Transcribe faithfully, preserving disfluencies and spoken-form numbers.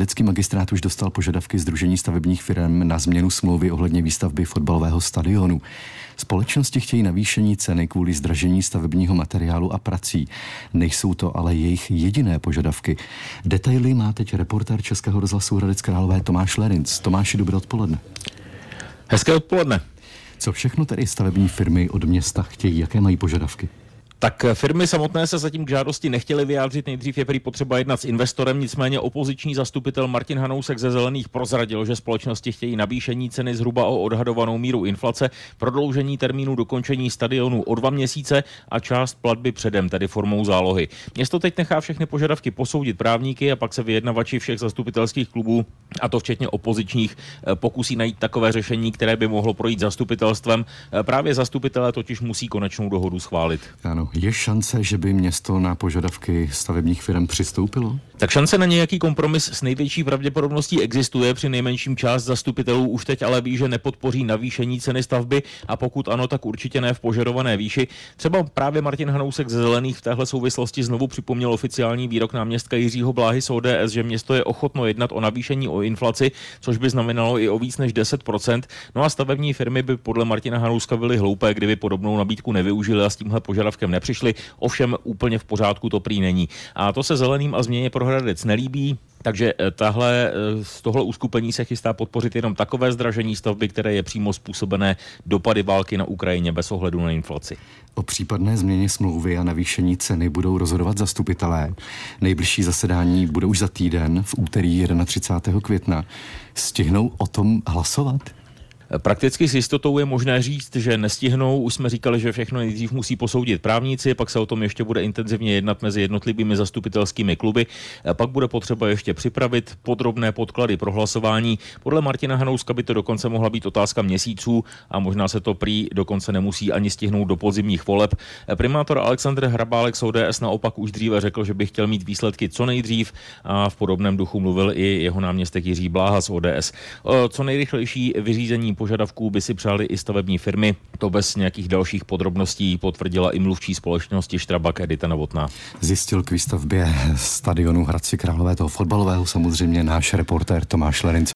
Hradecký magistrát už dostal požadavky Sdružení stavebních firem na změnu smlouvy ohledně výstavby fotbalového stadionu. Společnosti chtějí navýšení ceny kvůli zdražení stavebního materiálu a prací. Nejsou to ale jejich jediné požadavky. Detaily má teď reportér Českého rozhlasu Hradec Králové Tomáš Lerinc. Tomáši, dobré odpoledne. Hezké odpoledne. Co všechno tedy stavební firmy od města chtějí? Jaké mají požadavky? Tak firmy samotné se zatím k žádosti nechtěly vyjádřit. Nejdřív je prý potřeba jednat s investorem, nicméně opoziční zastupitel Martin Hanousek ze Zelených prozradil, že společnosti chtějí navýšení ceny zhruba o odhadovanou míru inflace, prodloužení termínu dokončení stadionu o dva měsíce a část platby předem, tedy formou zálohy. Město teď nechá všechny požadavky posoudit právníky a pak se vyjednavači všech zastupitelských klubů, a to včetně opozičních, pokusí najít takové řešení, které by mohlo projít zastupitelstvem. Právě zastupitelé totiž musí konečnou dohodu schválit. Ano. Je šance, že by město na požadavky stavebních firm přistoupilo? Tak šance na nějaký kompromis s největší pravděpodobností existuje. Při nejmenším část zastupitelů už teď ale ví, že nepodpoří navýšení ceny stavby, a pokud ano, tak určitě ne v požadované výši. Třeba právě Martin Hanousek ze Zelených v téhle souvislosti znovu připomněl oficiální výrok náměstka Jiřího Bláhy z O D S, že město je ochotno jednat o navýšení o inflaci, což by znamenalo i o víc než deset procent. No a stavební firmy by podle Martina Hanouska byly hloupé, kdyby podobnou nabídku nevyužili a s tímhle požadavkem nepřišli. Ovšem úplně v pořádku to prý není. A to se Zeleným a změně pro Hradec nelíbí. Takže tahle, z tohle uskupení se chystá podpořit jenom takové zdražení stavby, které je přímo způsobené dopady války na Ukrajině bez ohledu na inflaci. O případné změně smlouvy a navýšení ceny budou rozhodovat zastupitelé. Nejbližší zasedání bude už za týden, v úterý třicátého prvního května. Stihnou o tom hlasovat? Prakticky s jistotou je možné říct, že nestihnou. Už jsme říkali, že všechno nejdřív musí posoudit právníci, pak se o tom ještě bude intenzivně jednat mezi jednotlivými zastupitelskými kluby. Pak bude potřeba ještě připravit podrobné podklady pro hlasování. Podle Martina Hanouska by to dokonce mohla být otázka měsíců a možná se to prý dokonce nemusí ani stihnout do podzimních voleb. Primátor Alexandr Hrabálek z O D S naopak už dříve řekl, že by chtěl mít výsledky co nejdřív, a v podobném duchu mluvil i jeho náměstek Jiří Bláha z O D S. Co nejrychlejší vyřízení požadavků by si přáli i stavební firmy. To bez nějakých dalších podrobností potvrdila i mluvčí společnosti Štrabak Edita Novotná. Zjistil k výstavbě stadionu Hradci Králové, toho fotbalového, samozřejmě náš reportér Tomáš Lerinc.